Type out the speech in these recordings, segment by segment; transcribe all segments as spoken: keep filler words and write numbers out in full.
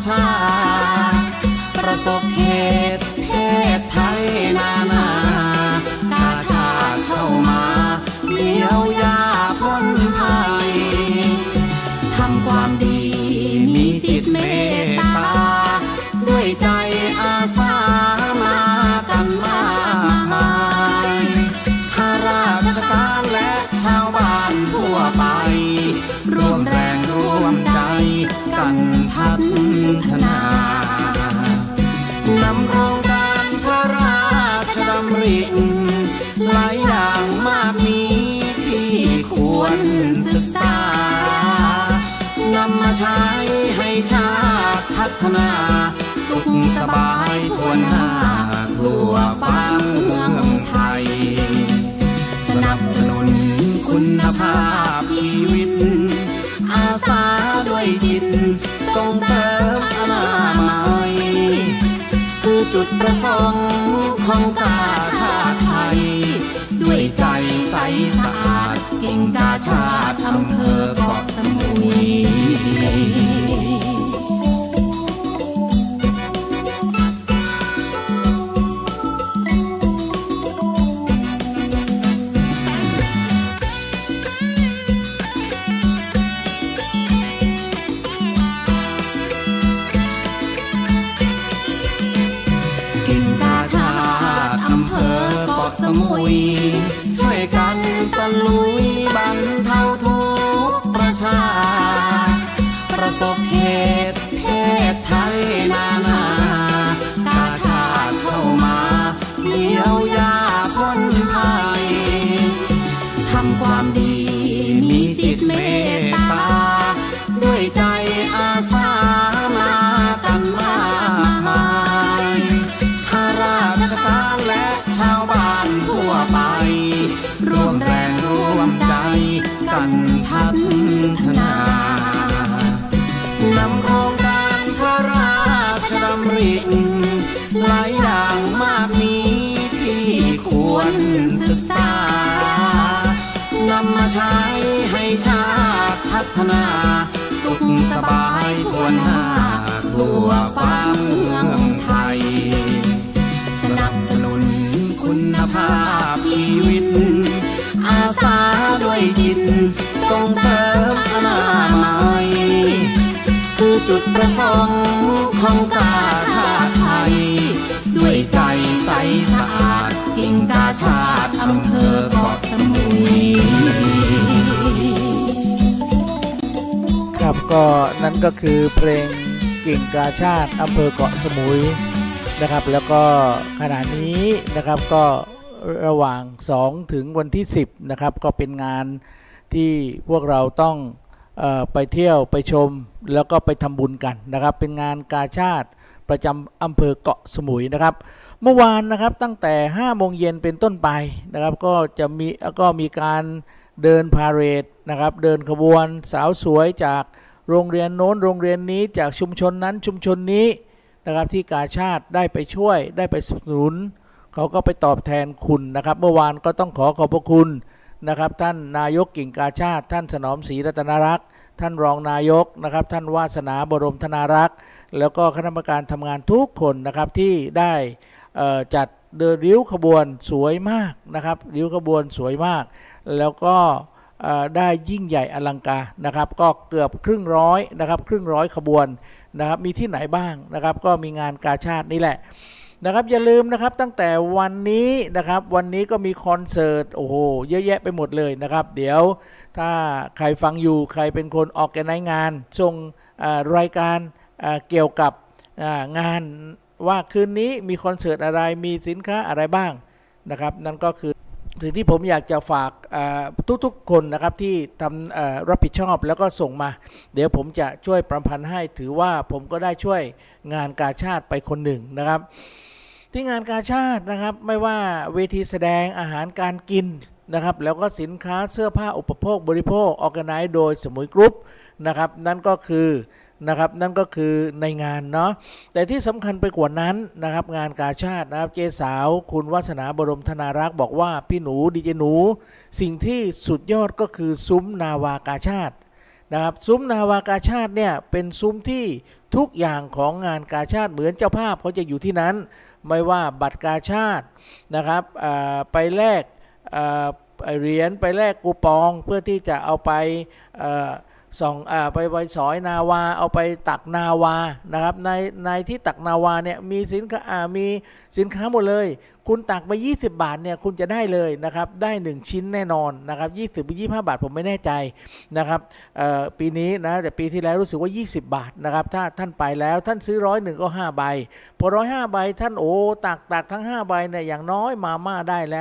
ชาประสบเหตุเพศไทยนานากาชาติเข้ามาเยียวยาพ้นภัยทำความดีมีจิตเมตตาด้วยใจอาสามากันมากมายข้าราชการและชาวบ้านทั่วไปร่วมแรงร่วมใจกันพัฒนานำโครงการพระราชดำริหลายอย่างมากมีที่ควรศึกษานำมาใช้ให้ชาติพัฒนาสุขสบายทั่วหน้าทั่วฟ้าเมืองไทยสนับสนุนคุณภาพชีวิตอาสาด้วยจิตส่งเสริมอนามัยคือจุดประสงค์ของกาชาติไทยด้วยใจใสสะอาดกิ่งกาชาติอำเภอเกาะสมุยสมุยช่วยกันตะลุยบรรเทาทุกข์ประชาประสบเหตุเพศไทยนานากาชาติเข้ามาเยียวยาพ้นภัยทำความดีมีจิตเมตตาด้วยใจอาสามากันมากมายข้าราชการและชาวบ้านทั่วไปร่วมแรงร่วมใจกันพัฒนานำโครงการพระราชดำริหลายอย่างมากมีที่ควรศึกษานำมาใช้ให้ชาติพัฒนาสุขสบายทั่วหน้าทั่วฟ้าเมืองไทยสนับสนุนคุณภาพชีวิตอาสาด้วยจิตส่งเสริมอนามัยคือจุดประสงค์ของกาชาติไทยด้วยใจใสสะอาดกิ่งกาชาติอำเภอเกาะสมุยครับก็นั่นก็คือเพลงกิ่งกาชาติอำเภอเกาะสมุยนะครับแล้วก็ขณะนี้นะครับก็ระหว่างสองถึงวันที่สิบนะครับก็เป็นงานที่พวกเราต้องเอ่อไปเที่ยวไปชมแล้วก็ไปทำบุญกันนะครับเป็นงานกาชาติประจำอำเภอเกาะสมุยนะครับเมื่อวานนะครับตั้งแต่ห้าโมงเย็นเป็นต้นไปนะครับก็จะมีก็มีการเดินพาเหรดนะครับเดินขบวนสาวสวยจากโรงเรียนโน้นโรงเรียนนี้จากชุมชนนั้นชุมชนนี้นะครับที่กาชาติได้ไปช่วยได้ไปสนับสนุนเขาก็ไปตอบแทนคุณนะครับเมื่อวานก็ต้องขอขอบพระคุณนะครับท่านนายกกิ่งกาชาติท่านสนอมศรีรัตนรักษ์ท่านรองนายกนะครับท่านวาสนาบรมธนารักษ์แล้วก็คณะกรรมการทำงานทุกคนนะครับที่ได้จัดเดินริ้วขบวนสวยมากนะครับริ้วขบวนสวยมากแล้วก็ได้ยิ่งใหญ่อลังการนะครับก็เกือบครึ่งร้อยนะครับครึ่งร้อยขบวนนะครับมีที่ไหนบ้างนะครับก็มีงานกาชาตินี่แหละนะครับอย่าลืมนะครับตั้งแต่วันนี้นะครับวันนี้ก็มีคอนเสิร์ตโอ้โหเยอะแยะไปหมดเลยนะครับเดี๋ยวถ้าใครฟังอยู่ใครเป็นคนออกแกนไนงานส่งรายการเกี่ยวกับงานว่าคืนนี้มีคอนเสิร์ตอะไรมีสินค้าอะไรบ้างนะครับนั่นก็คือสิ่งที่ผมอยากจะฝากทุกๆคนนะครับที่ทำรับผิดชอบแล้วก็ส่งมาเดี๋ยวผมจะช่วยประพันธ์ให้ถือว่าผมก็ได้ช่วยงานกาชาติไปคนหนึ่งนะครับที่งานกาชาตินะครับไม่ว่าเวทีแสดงอาหารการกินนะครับแล้วก็สินค้าเสื้อผ้าอุปโภคบริโภคออร์แกไนซ์โดยสมุยกรุ๊ปนะครับนั่นก็คือนะครับนั่นก็คือในงานเนาะแต่ที่สำคัญไปกว่านั้นนะครับงานกาชาตินะครับเจสาวคุณวาสนาบรมธนารักษ์บอกว่าพี่หนูดีเจหนูสิ่งที่สุดยอดก็คือซุ้มนาวากาชาตินะครับซุ้มนาวากาชาติเนี่ยเป็นซุ้มที่ทุกอย่างของงานกาชาติเหมือนเจ้าภาพเขาจะอยู่ที่นั้นไม่ว่าบัตรกาชาตินะครับไปแลกเหรียญไปแลกคูปองเพื่อที่จะเอาไปส่องอ่าไปไปสอยนาวาเอาไปตักนาวานะครับในในที่ตักนาวาเนี่ยมีสินค้าอ่ามีสินค้าหมดเลยคุณตักไปยี่สิบบาทเนี่ยคุณจะได้เลยนะครับได้หนึ่งชิ้นแน่นอนนะครับยี่สิบหรือยี่สิบห้าบาทผมไม่แน่ใจนะครับเอ่อปีนี้นะแต่ปีที่แล้วรู้สึกว่ายี่สิบบาทนะครับถ้าท่านไปแล้วท่านซื้อร้อยหนึ่งก็ห้าใบพอร้อยห้าใบท่านโอ้ตักตักทั้งห้าใบเนี่ยอย่างน้อยมาม่าได้แล้ว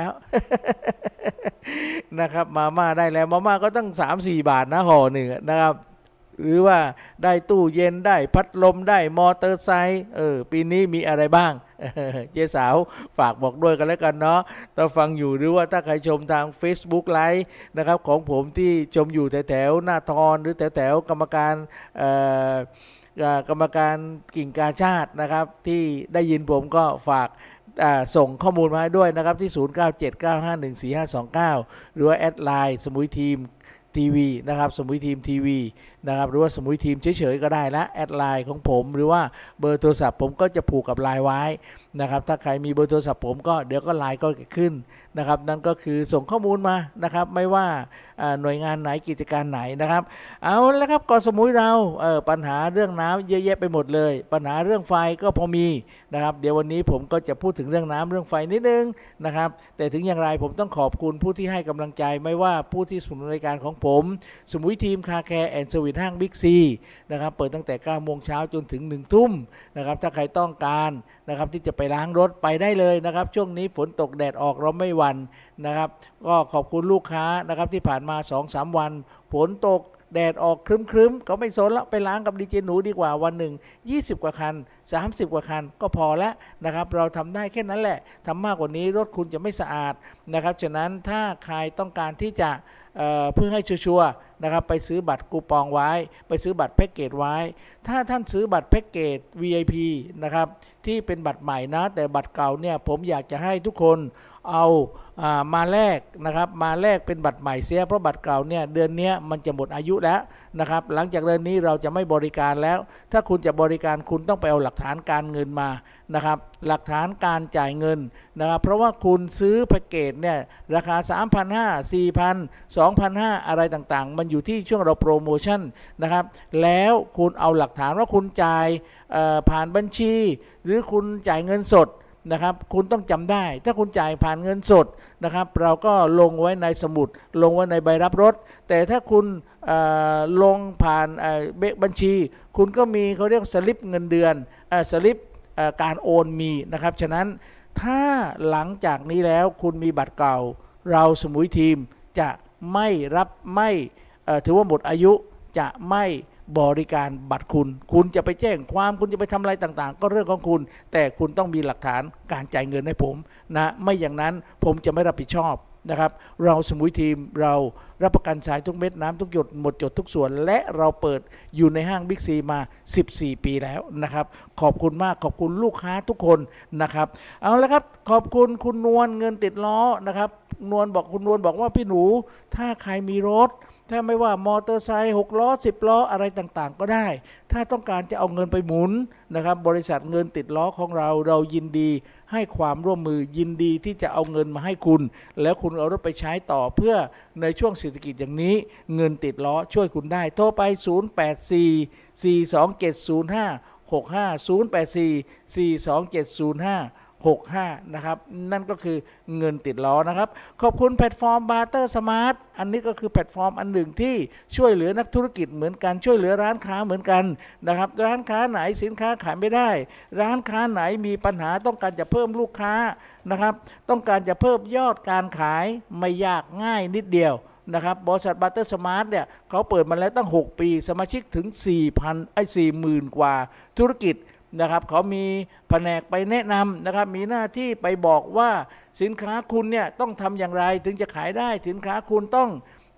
นะครับมาม่าได้แล้วมาม่าก็ตั้ง สามสี่ บาทนะห่อหนึ่งนะครับหรือว่าได้ตู้เย็นได้พัดลมได้มอเตอร์ไซค์เออปีนี้มีอะไรบ้างเจ๊สาวฝากบอกด้วยกันแล้วกันเนาะถ้าฟังอยู่หรือว่าถ้าใครชมทาง Facebook ไลฟ์นะครับของผมที่ชมอยู่แถวๆหน้าทอนหรือแถวๆกรรมการเอ่อกรรมการกิ่งกาชาตินะครับที่ได้ยินผมก็ฝากส่งข้อมูลมาให้ด้วยนะครับที่ศูนย์ เก้า เจ็ด เก้า ห้า หนึ่ง สี่ ห้า สอง เก้าหรือว่าแอดไลน์สมุยทีมทีวีนะครับสมุยทีมทีวีนะครับหรือว่าสมุยทีมเฉยๆก็ได้ละแอดไลน์ของผมหรือว่าเบอร์โทรศัพท์ผมก็จะผูกกับไลน์ไว้นะครับถ้าใครมีเบอร์โทรศัพท์ผมก็เดี๋ยวก็ไลน์ก็ขึ้นนะครับนั่นก็คือส่งข้อมูลมานะครับไม่ว่าหน่วยงานไหนกิจการไหนนะครับเอาแล้วครับเกาะสมุยเราเออปัญหาเรื่องน้ำเยอะแยะไปหมดเลยปัญหาเรื่องไฟก็พอมีนะครับเดี๋ยววันนี้ผมก็จะพูดถึงเรื่องน้ำเรื่องไฟนิดนึงนะครับแต่ถึงอย่างไรผมต้องขอบคุณผู้ที่ให้กำลังใจไม่ว่าผู้ที่สนับสนุนรายการของผมสมุยทีมคาแคร์แอนด์เซอร์วิสห้างบิ๊กซีนะครับเปิดตั้งแต่เก้าโมงเช้าจนถึงหนึ่งทุ่มนะครับถ้าใครต้องการนะครับที่จะไปล้างรถไปได้เลยนะครับช่วงนี้ฝนตกแดดออกเราไม่หวั่นนะครับก็ขอบคุณลูกค้านะครับที่ผ่านมา สองสาม วันฝนตกแดดออกครึ้มๆก็ไม่สนละไปล้างกับดีเจหนูดีกว่าวันหนึ่งยี่สิบกว่าคันสามสิบกว่าคันก็พอแล้วนะครับเราทำได้แค่นั้นแหละทำมากกว่านี้รถคุณจะไม่สะอาดนะครับฉะนั้นถ้าใครต้องการที่จะเอ่อเพื่อให้ชัวร์ๆนะครับไปซื้อบัตรคูปองไว้ไปซื้อบัตรแพ็กเกจไว้ถ้าท่านซื้อบัตรแพ็กเกจ วี ไอ พี นะครับที่เป็นบัตรใหม่นะแต่บัตรเก่าเนี่ยผมอยากจะให้ทุกคนเอาามาแลกนะครับมาแลกเป็นบัตรใหม่เสียเพราะบัตรเก่าเนี่ยเดือนนี้มันจะหมดอายุแล้วนะครับหลังจากเดือนนี้เราจะไม่บริการแล้วถ้าคุณจะบริการคุณต้องไปเอาหลักฐานการเงินมานะครับหลักฐานการจ่ายเงินนะครับเพราะว่าคุณซื้อแพ็กเกจเนี่ยราคา สามพันห้าร้อย สี่พัน สองพันห้าร้อย อะไรต่างๆมันอยู่ที่ช่วงเราโปรโมชั่นนะครับแล้วคุณเอาหลักฐานว่าคุณจ่ายผ่านบัญชีหรือคุณจ่ายเงินสดนะครับคุณต้องจำได้ถ้าคุณจ่ายผ่านเงินสดนะครับเราก็ลงไว้ในสมุดลงไว้ในใบรับรถแต่ถ้าคุณลงผ่านบัญชีคุณก็มีเขาเรียกสลิปเงินเดือนสลิปการโอนมีนะครับฉะนั้นถ้าหลังจากนี้แล้วคุณมีบัตรเก่าเราสมุยทีมจะไม่รับไม่ถือว่าหมดอายุจะไม่บริการบัตรคุณคุณจะไปแจ้งความคุณจะไปทำอะไรต่างๆก็เรื่องของคุณแต่คุณต้องมีหลักฐานการจ่ายเงินให้ผมนะไม่อย่างนั้นผมจะไม่รับผิดชอบนะครับเราสมุยทีมเรารับประกันสายทุกเม็ดน้ำทุกหยดหมดจดทุกส่วนและเราเปิดอยู่ในห้างบิ๊กซีมาสิบสี่ปีแล้วนะครับขอบคุณมากขอบคุณลูกค้าทุกคนนะครับเอาละครับขอบคุณคุณนวลเงินติดล้อนะครับนวลบอกคุณนวลบอกว่าพี่หนูถ้าใครมีรถถ้าไม่ว่ามอเตอร์ไซค์หกล้อสิบล้ออะไรต่างๆก็ได้ถ้าต้องการจะเอาเงินไปหมุนนะครับบริษัทเงินติดล้อของเราเรายินดีให้ความร่วมมือยินดีที่จะเอาเงินมาให้คุณแล้วคุณเอารถไปใช้ต่อเพื่อในช่วงเศรษฐกิจอย่างนี้เงินติดล้อช่วยคุณได้โทรไปศูนย์ แปด สี่ สี่ สอง เจ็ด ศูนย์ ห้า หก ห้า ศูนย์ แปด สี่ สี่ สอง เจ็ด ศูนย์ ห้าหกห้านะครับนั่นก็คือเงินติดล้อนะครับขอบคุณแพลตฟอร์มบาร์เตอร์สมาร์ทอันนี้ก็คือแพลตฟอร์มอันหนึ่งที่ช่วยเหลือนักธุรกิจเหมือนกันช่วยเหลือร้านค้าเหมือนกันนะครับร้านค้าไหนสินค้าขายไม่ได้ร้านค้าไหนมีปัญหาต้องการจะเพิ่มลูกค้านะครับต้องการจะเพิ่มยอดการขายไม่ยากง่ายนิดเดียวนะครับบริษัทบาร์เตอร์สมาร์ทเนี่ยเขาเปิดมาแล้วตั้งหกปีสมาชิกถึง สี่พัน ไอ้ สี่หมื่น กว่าธุรกิจนะครับเขามีแผนกไปแนะนำนะครับมีหน้าที่ไปบอกว่าสินค้าคุณเนี่ยต้องทำอย่างไรถึงจะขายได้สินค้าคุณต้อง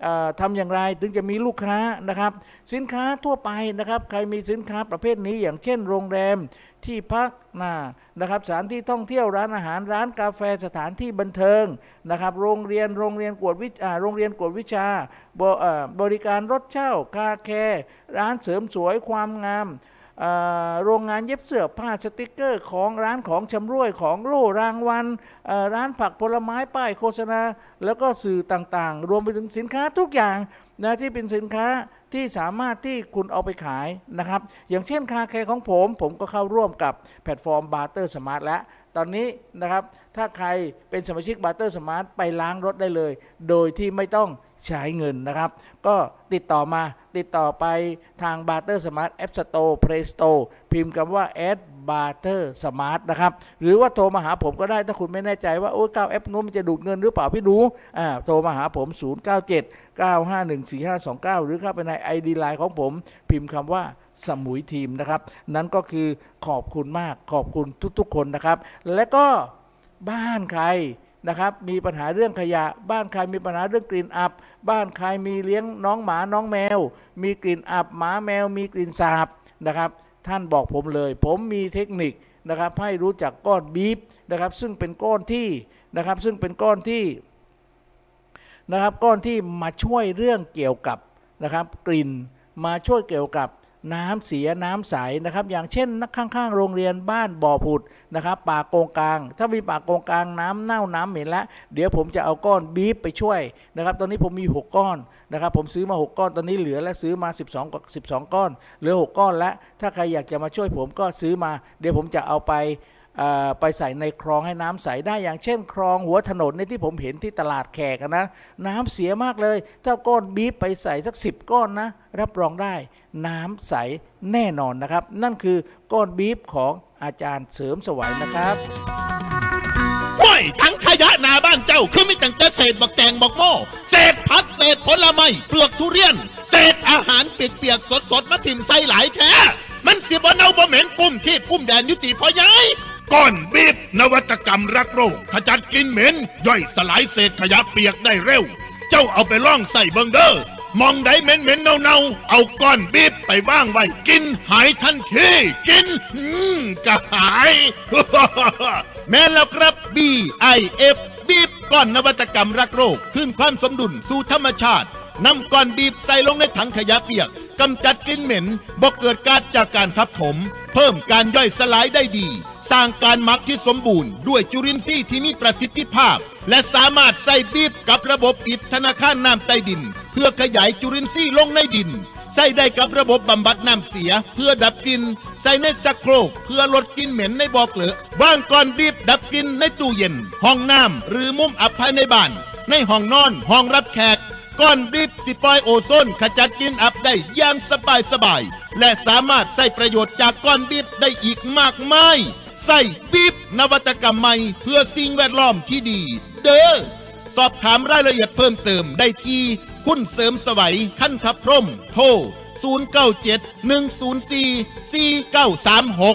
ทำอย่างไรถึงจะมีลูกค้านะครับสินค้าทั่วไปนะครับใครมีสินค้าประเภทนี้อย่างเช่นโรงแรมที่พักนะนะครับสถานที่ท่องเที่ยวร้านอาหารร้านกาแฟสถานที่บันเทิงนะครับโรงเรียนโรงเรียนกวดวิชาโรงเรียนกวดวิชาบริการรถเช่าคาแคร์ร้านเสริมสวยความงามโรงงานเย็บเสื้อผ้าสติกเกอร์ของร้านของชำร่วยของโล่รางวัลร้านผักผลไม้ป้ายโฆษณาแล้วก็สื่อต่างๆรวมไปถึงสินค้าทุกอย่างนะที่เป็นสินค้าที่สามารถที่คุณเอาไปขายนะครับอย่างเช่นคาแคร์ของผมผมก็เข้าร่วมกับแพลตฟอร์มบาร์เตอร์สมาร์ทแล้วตอนนี้นะครับถ้าใครเป็นสมาชิกบาร์เตอร์สมาร์ทไปล้างรถได้เลยโดยที่ไม่ต้องใช้เงินนะครับก็ติดต่อมาติดต่อไปทาง Barter Smart App Store Play Store พิมพ์คำว่า Add Barter Smart นะครับหรือว่าโทรมาหาผมก็ได้ถ้าคุณไม่แน่ใจว่าโอ้ยเก้าแอปนู้นมันจะดูดเงินหรือเปล่าพี่ดูอ่าโทรมาหาผมศูนย์ เก้า เจ็ด เก้า ห้า หนึ่ง สี่ ห้า สอง เก้าหรือเข้าไปใน ไอ ดี ไลน์ ของผมพิมพ์คำว่าสมุยทีมนะครับนั้นก็คือขอบคุณมากขอบคุณทุกๆคนนะครับและก็บ้านใครนะครับมีปัญหาเรื่องขยะบ้านใครมีปัญหาเรื่องกลิ่นอับบ้านใครมีเลี้ยงน้องหมาน้องแมวมีกลิ่นอับหมาแมวมีกลิ่นสาบนะครับท่านบอกผมเลยผมมีเทคนิคนะครับให้รู้จักก้อนบีฟนะครับซึ่งเป็นก้อนที่นะครับซึ่งเป็นก้อนที่นะครับก้อนที่มาช่วยเรื่องเกี่ยวกับนะครับกลิ่นมาช่วยเกี่ยวกับน้ำเสียน้ำใสนะครับอย่างเช่นข้างๆโรงเรียนบ้านบ่อผุดนะครับป่าโกงกลางถ้ามีป่าโกงกลางน้ำเน่าน้ำเหม็นแล้วเดี๋ยวผมจะเอาก้อนบีฟไปช่วยนะครับตอนนี้ผมมีหกก้อนนะครับผมซื้อมาหกก้อนตอนนี้เหลือและซื้อมาสิบสอง สิบสองก้อนเหลือหกก้อนแล้วถ้าใครอยากจะมาช่วยผมก็ซื้อมาเดี๋ยวผมจะเอาไปไปใส่ในคลองให้น้ำใสได้อย่างเช่นคลองหัวถนนในที่ผมเห็นที่ตลาดแขกนะน้ำเสียมากเลยถ้าก้อนบีฟไปใส่สักสิบก้อนนะรับรองได้น้ำใสแน่นอนนะครับนั่นคือก้อนบีฟของอาจารย์เสริมสวัยนะครับห้วยทั้งขยะหน้าบ้านเจ้าคือไม่ตั้งแต่เศษบักแตงบักโม่เศษผักเศษผลไม้เปลือกทุเรียนเศษอาหารเปียกๆสดๆมาถิ่มใส่หลายแท้มันเสียบ่เน่าบ่เหม็นกุ้มที่กุ้มแดนยุติพอย้ายก้อนบีบนวัตกรรมรักโรคขจัดกลิ่นเหม็นย่อยสลายเศษขยะเปียกได้เร็วเจ้าเอาไปล่องใส่เบิงเด้อมองได้เหม็นเหม็นเน่าเน่าเอาก้อนบีบไปว่างไว้กินหายทันทีกินอืมก็หายแม้แล้วครับ บี ไอ เอฟ บีบก้อนนวัตกรรมรักโรคคืนความสมดุลสู่ธรรมชาตินำก้อนบีบใส่ลงในถังขยะเปียกกำจัดกลิ่นเหม็นบ่เกิดก๊าซจากการทับถมเพิ่มการย่อยสลายได้ดีสร้างการหมักที่สมบูรณ์ด้วยจุลินทรีย์ที่มีประสิทธิภาพและสามารถใส่บีบกับระบบปิดธนาคารน้ำใต้ดินเพื่อขยายจุลินทรีย์ลงในดินใส่ได้กับระบบบำบัดน้ำเสียเพื่อดับกลิ่นใส่ในชักโครกเพื่อลดกลิ่นเหม็นในบ่อเกลือวางก้อนบีบดับกลิ่นในตู้เย็นห้องน้ำหรือมุมอับภายในบ้านในห้องนอนห้องรับแขกก้อนบีบสิปล่อยโอโซนขจัดกลิ่นอับได้อย่างสบายสบายและสามารถใช้ประโยชน์จากก้อนบีบได้อีกมากมายใส่บีบนวัตกรรมใหม่เพื่อสิ่งแวดล้อมที่ดีเด้อสอบถามรายละเอียดเพิ่มเติมได้ที่คุณเสริมสวัยคันธพรหมโทรศูนย์ เก้า เจ็ด หนึ่ง ศูนย์ สี่ สี่ เก้า สาม หก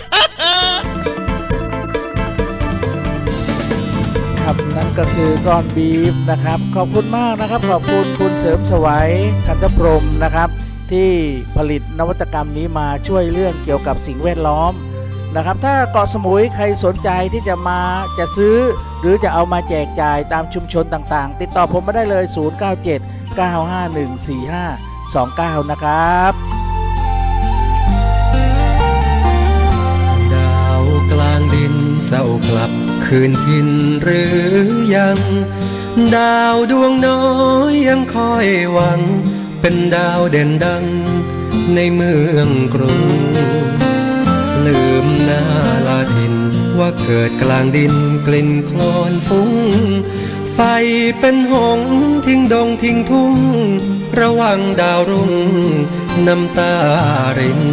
ครับนั่นก็คือก้อนบีฟนะครับขอบคุณมากนะครับขอบคุณคุณเสริมสวัยคันธพรหมนะครับที่ผลิตนวัตกรรมนี้มาช่วยเรื่องเกี่ยวกับสิ่งแวดล้อมนะครับถ้าเกาะสมุยใครสนใจที่จะมาจะซื้อหรือจะเอามาแจกจ่ายตามชุมชนต่างๆติดต่อผมมาได้เลยศูนย์ เก้า เจ็ด เก้า ห้า หนึ่ง สี่ ห้า สอง เก้านะครับดาวกลางดินเจ้ากลับคืนถิ่นหรือยังดาวดวงน้อยยังคอยหวังเป็นดาวเด่นดังในเมืองกรุงลืมหน้าลาถิ่นว่าเกิดกลางดินกลิ่นโคลนฟุ้งไฟเป็นหงทิ้งดงทิ้งทุ่งระวังดาวรุ่งน้ำตาริน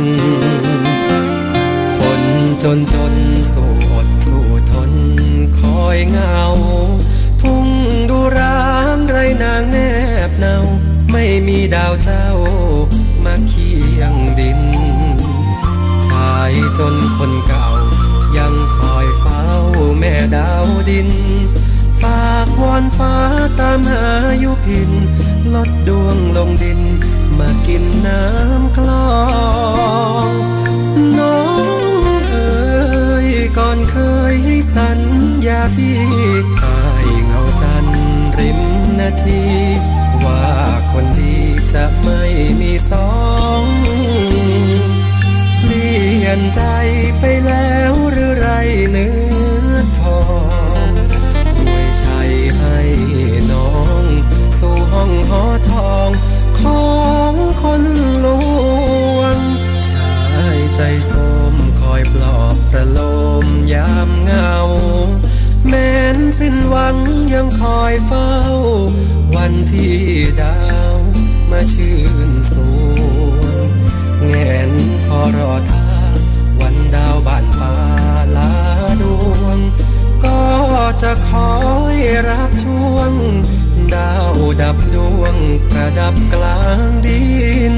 คนจนจนสู้อดสู้ทนคอยเหงาทุ่งดูร้างไรนางแนบเนาไม่มีดาวเจ้ามาเคียงดินชายจนคนเก่ายังคอยเฝ้าแม่ดาวดินฝากไว้รฟ้าตามหายุพินลดดวงลงดินมากินน้ำคลองน้องเอ๋ยก่อนเคยให้สัญญาพี่กายเงาจันทร์ริมนาทีว่าคนดีจะไม่มีสองเปลี่ยนใจไปแล้วหรือไรเนื้อทองรวยชัยให้น้องสู่ห้องหอทองของคนลวงชายใจส้มคอยปลอบประโลมยามเหงาแม้นสิ้นหวังยังคอยเฝ้าวันที่ดาวมาชื่นสวงแงนขอรอท่าวันดาวบ้านฟ้าลาดวงก็จะคอยรับช่วงดาวดับดวงประดับกลางดิน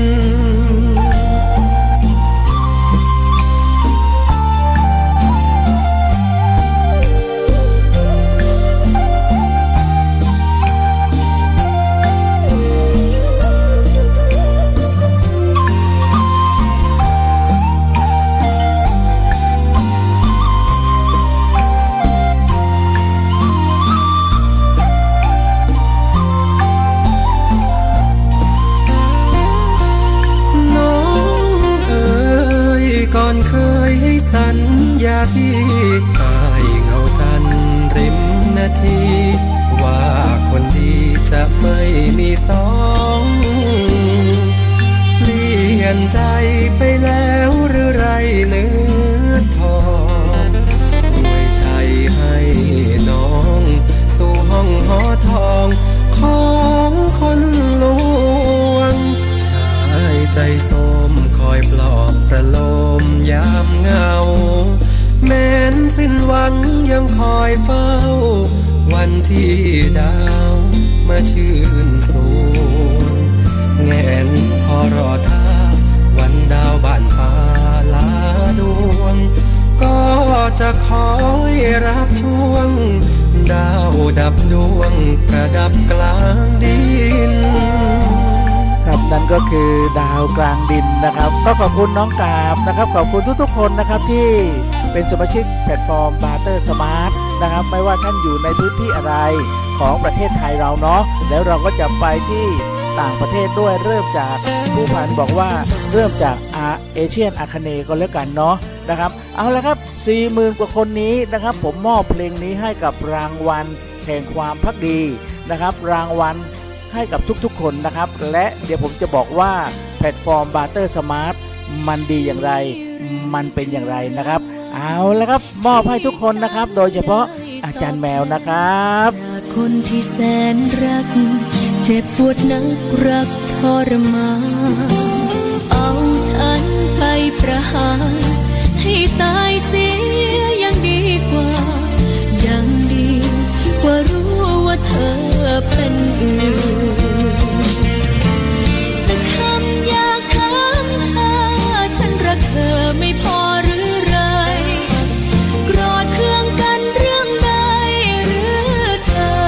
ก่อนเคยให้สัญญาพี่กายเงาจันทร์ริมนาทีว่าคนดีจะไม่มีสองเปลี่ยนใจไปแล้วหรือไรเนื้อทองรวยชัยให้น้องสู่ห้องหอทองของคนลวงชายใจส้มคอยปลอบประโลมยามเหงาแม้นสิ้นหวังยังคอยเฝ้าวันที่ดาวมาชื่นสวงแงนขอรอท่าวันดาวบ้านฟ้าลาดวงก็จะคอยรับช่วงดาวดับดวงประดับกลางดินครับนั่นก็คือดาวกลางดินนะครับก็ขอบคุณน้องกาบนะครับขอบคุณทุกๆคนนะครับที่เป็นสมาชิกแพลตฟอร์มบาร์เตอร์สมาร์ทนะครับไม่ว่าท่านอยู่ในพื้นที่อะไรของประเทศไทยเราเนาะแล้วเราก็จะไปที่ต่างประเทศด้วยเริ่มจากผู้พันบอกว่าเริ่มจากอาเอเชียนอาคเนย์ก็แล้วกันเนาะนะครับเอาละครับ สี่หมื่น กว่าคนนี้นะครับผมมอบเพลงนี้ให้กับรางวัลแห่งความภักดีนะครับรางวัลให้กับทุกๆคนนะครับและเดี๋ยวผมจะบอกว่าแพลตฟอร์มบาร์เตอร์สมาร์ทมันดีอย่างไรมันเป็นอย่างไรนะครับเอาละครับมอบให้ทุกคนนะครับโดยเฉพาะอาจารย์แมวนะครับจากคนที่แสนรักเจ็บปวดนักรักทรมานเอาฉันไปประหารให้ตายเสียยังดีกว่ายังดีกว่ารู้ว่าเธอเป็นอื่นสักคำอยากถามเธอฉันรักเธอไม่พอหรือไรโกรธเคืองกันเรื่องใดหรือเธอ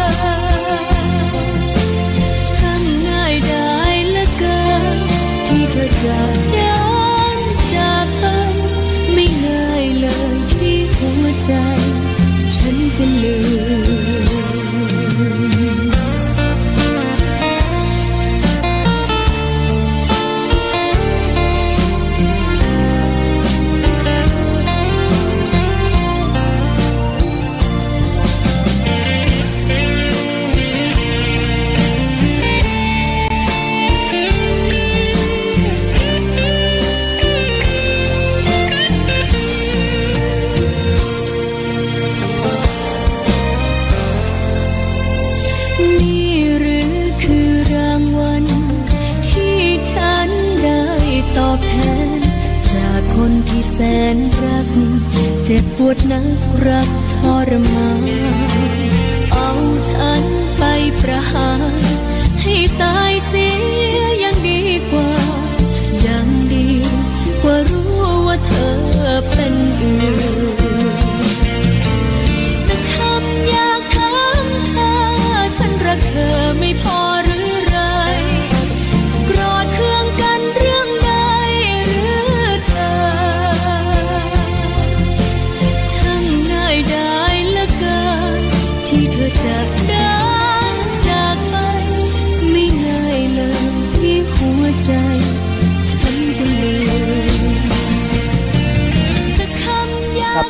ช่างง่ายได้เหลือเกินที่เธอจากด้านจากไปไม่ง่ายเลยที่หัวใจฉันจะลืมตอบแทนจากคนที่แสนรักเจ็บปวดนักรักทรมานเอาฉันไปประหารให้ตายเสียยังดีกว่ายังดีกว่ารู้ว่าเธอเป็นอื่นสักคำอยากถามเธอ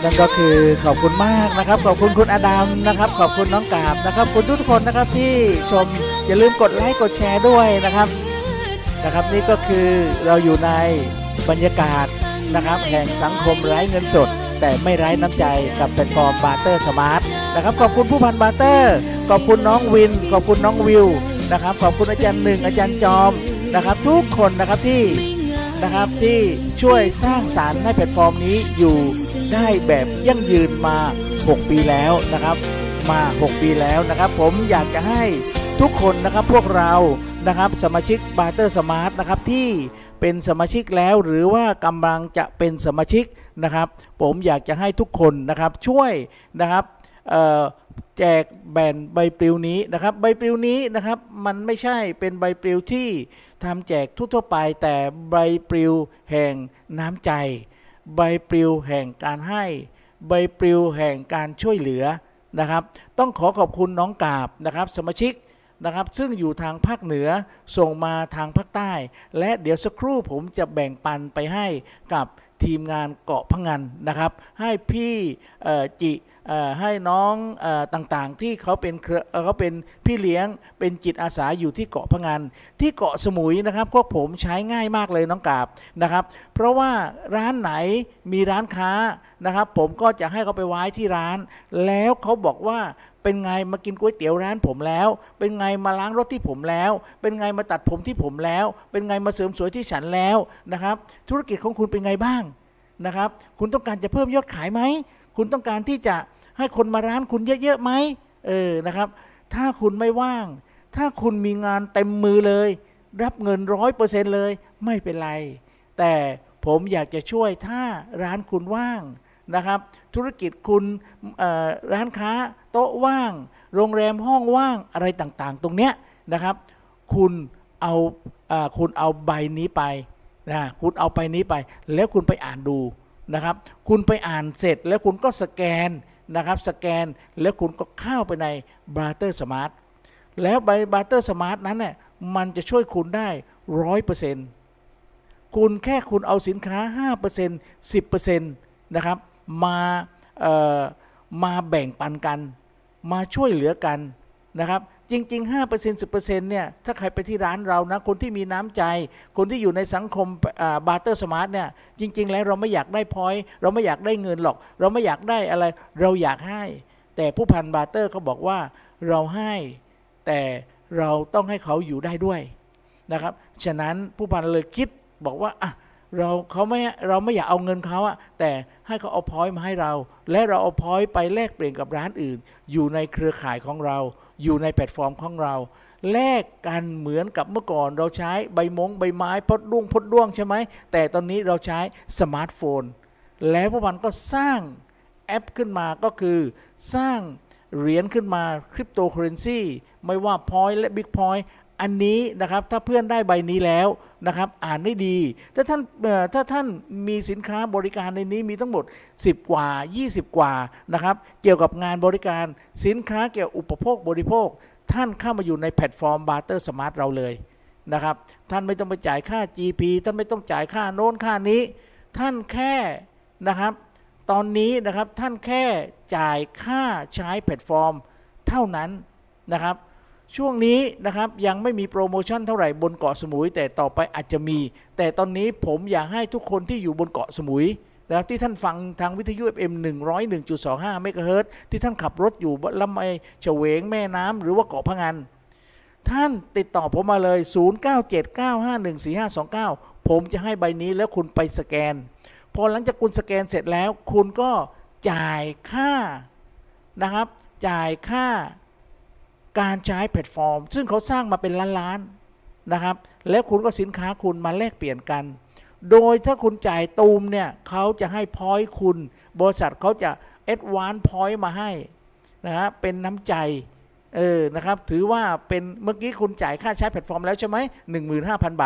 นั่นก็คือขอบคุณมากนะครับขอบคุณคุณอดัมนะครับขอบคุณน้องกาบนะครับคุณทุกคนนะครับที่ชมอย่าลืมกดไลค์กดแชร์ด้วยนะครับนะครับนี่ก็คือเราอยู่ในบรรยากาศนะครับแห่งสังคมไร้เงินสดแต่ไม่ไร้น้ำใจกับแพลตฟอร์มบาร์เตอร์สมาร์ทนะครับขอบคุณผู้พันบาร์เตอร์ขอบคุณน้องวินขอบคุณน้องวิวนะครับขอบคุณอาจารย์หนึ่งอาจารย์จอมนะครับทุกคนนะครับที่นะครับที่ช่วยสร้างสรรค์ให้แพลตฟอร์มนี้อยู่ได้แบบยั่งยืนมาหกปีแล้วนะครับมาหกปีแล้วนะครับผมอยากจะให้ทุกคนนะครับพวกเรานะครับสมาชิกบาร์เตอร์สมาร์ทนะครับที่เป็นสมาชิกแล้วหรือว่ากำลังจะเป็นสมาชิกนะครับผมอยากจะให้ทุกคนนะครับช่วยนะครับแจกแบ่งใบปลิวนี้นะครับใบปลิวนี้นะครับมันไม่ใช่เป็นใบปลิวที่ทำแจกทั่วๆไปแต่ใบปลิวแห่งน้ำใจใบปลิวแห่งการให้ใบปลิวแห่งการช่วยเหลือนะครับต้องขอขอบคุณน้องกาบนะครับสมาชิกนะครับซึ่งอยู่ทางภาคเหนือส่งมาทางภาคใต้และเดี๋ยวสักครู่ผมจะแบ่งปันไปให้กับทีมงานเกาะพะงันนะครับให้พี่จิให้น้องต่างๆที่เขาเป็นเขาเป็นพี่เลี้ยงเป็นจิตอาสาอยู่ที่เกาะพะงันที่เกาะสมุยนะครับพวกผมใช้ง่ายมากเลยน้องกาบนะครับเพราะว่าร้านไหนมีร้านค้านะครับผมก็จะให้เขาไปไว้ที่ร้านแล้วเขาบอกว่าเป็นไงมากินก๋วยเตี๋ยวร้านผมแล้วเป็นไงมาล้างรถที่ผมแล้วเป็นไงมาตัดผมที่ผมแล้วเป็นไงมาเสริมสวยที่ฉันแล้วนะครับธุรกิจของคุณเป็นไงบ้างนะครับคุณต้องการจะเพิ่มยอดขายไหมคุณต้องการที่จะให้คนมาร้านคุณเยอะๆไหมเออนะครับถ้าคุณไม่ว่างถ้าคุณมีงานเต็มมือเลยรับเงินร้อยเปอร์เซ็นต์เลยไม่เป็นไรแต่ผมอยากจะช่วยถ้าร้านคุณว่างนะครับธุรกิจคุณร้านค้าโต๊ะว่างโรงแรมห้องว่างอะไรต่างๆตรงเนี้ยนะครับคุณเอาคุณเอาใบนี้ไปนะคุณเอาไปนี้ไปแล้วคุณไปอ่านดูนะครับคุณไปอ่านเสร็จแล้วคุณก็สแกนนะครับสแกนแล้วคุณก็เข้าไปใน Barter Smart แล้วใบ Barter Smart นั้นเนี่ยมันจะช่วยคุณได้ ร้อยเปอร์เซ็นต์ คุณแค่คุณเอาสินค้า ห้าเปอร์เซ็นต์ สิบเปอร์เซ็นต์ นะครับมาเอ่อมาแบ่งปันกันมาช่วยเหลือกันนะครับจริงๆ ห้าเปอร์เซ็นต์ สิบเปอร์เซ็นต์ เนี่ยถ้าใครไปที่ร้านเรานะคนที่มีน้ำใจคนที่อยู่ในสังคมบาร์เตอร์สมาร์ทเนี่ยจริงๆแล้วเราไม่อยากได้พอยต์เราไม่อยากได้เงินหรอกเราไม่อยากได้อะไรเราอยากให้แต่ผู้พันบาร์เตอร์เขาบอกว่าเราให้แต่เราต้องให้เขาอยู่ได้ด้วยนะครับฉะนั้นผู้พันเลยคิดบอกว่าอ่ะเราเขาไม่เราไม่อยากเอาเงินเขาอะแต่ให้เขาเอาพอยต์มาให้เราและเราเอาพอยต์ไปแลกเปลี่ยนกับร้านอื่นอยู่ในเครือข่ายของเราอยู่ในแพลตฟอร์มของเราแลกกันเหมือนกับเมื่อก่อนเราใช้ใบมงใบไม้พดด้วงพดด้วงใช่ไหมแต่ตอนนี้เราใช้สมาร์ทโฟนแล้วพวกมันก็สร้างแอปขึ้นมาก็คือสร้างเหรียญขึ้นมาคริปโตเคอเรนซีไม่ว่าพอยต์และบิ๊กพอยต์อันนี้นะครับถ้าเพื่อนได้ใบนี้แล้วนะครับอ่านได้ดีถ้าท่านถ้าท่านมีสินค้าบริการในนี้มีทั้งหมดสิบกว่ายี่สิบกว่านะครับเกี่ยวกับงานบริการสินค้าเกี่ยวกับอุปโภคบริโภคท่านเข้ามาอยู่ในแพลตฟอร์ม Barter Smart เราเลยนะครับท่านไม่ต้องไปจ่ายค่า จี พี ท่านไม่ต้องจ่ายค่าโน้นค่านี้ท่านแค่นะครับตอนนี้นะครับท่านแค่จ่ายค่าใช้แพลตฟอร์มเท่านั้นนะครับช่วงนี้นะครับยังไม่มีโปรโมชั่นเท่าไหร่บนเกาะสมุยแต่ต่อไปอาจจะมีแต่ตอนนี้ผมอยากให้ทุกคนที่อยู่บนเกาะสมุยนะครับที่ท่านฟังทางวิทยุ เอฟ เอ็ม หนึ่งร้อยเอ็ดจุดสองห้า เมกะเฮิรตซ์ที่ท่านขับรถอยู่ลำไมเฉวงแม่น้ำหรือว่าเกาะพะงันท่านติดต่อผมมาเลยศูนย์ เก้า เจ็ด เก้า ห้า หนึ่ง สี่ ห้า สอง เก้าผมจะให้ใบนี้แล้วคุณไปสแกนพอหลังจากคุณสแกนเสร็จแล้วคุณก็จ่ายค่านะครับจ่ายค่าการใช้แพลตฟอร์มซึ่งเขาสร้างมาเป็นล้านๆนะครับแล้วคุณก็สินค้าคุณมาแลกเปลี่ยนกันโดยถ้าคุณจ่ายตูมเนี่ยเขาจะให้พอยต์คุณบริษัทเขาจะแอดวานซ์พอยต์มาให้นะฮะเป็นน้ำใจเออนะครับถือว่าเป็นเมื่อกี้คุณจ่ายค่าใช้แพลตฟอร์มแล้วใช่ไหม หนึ่งหมื่นห้าพัน บาท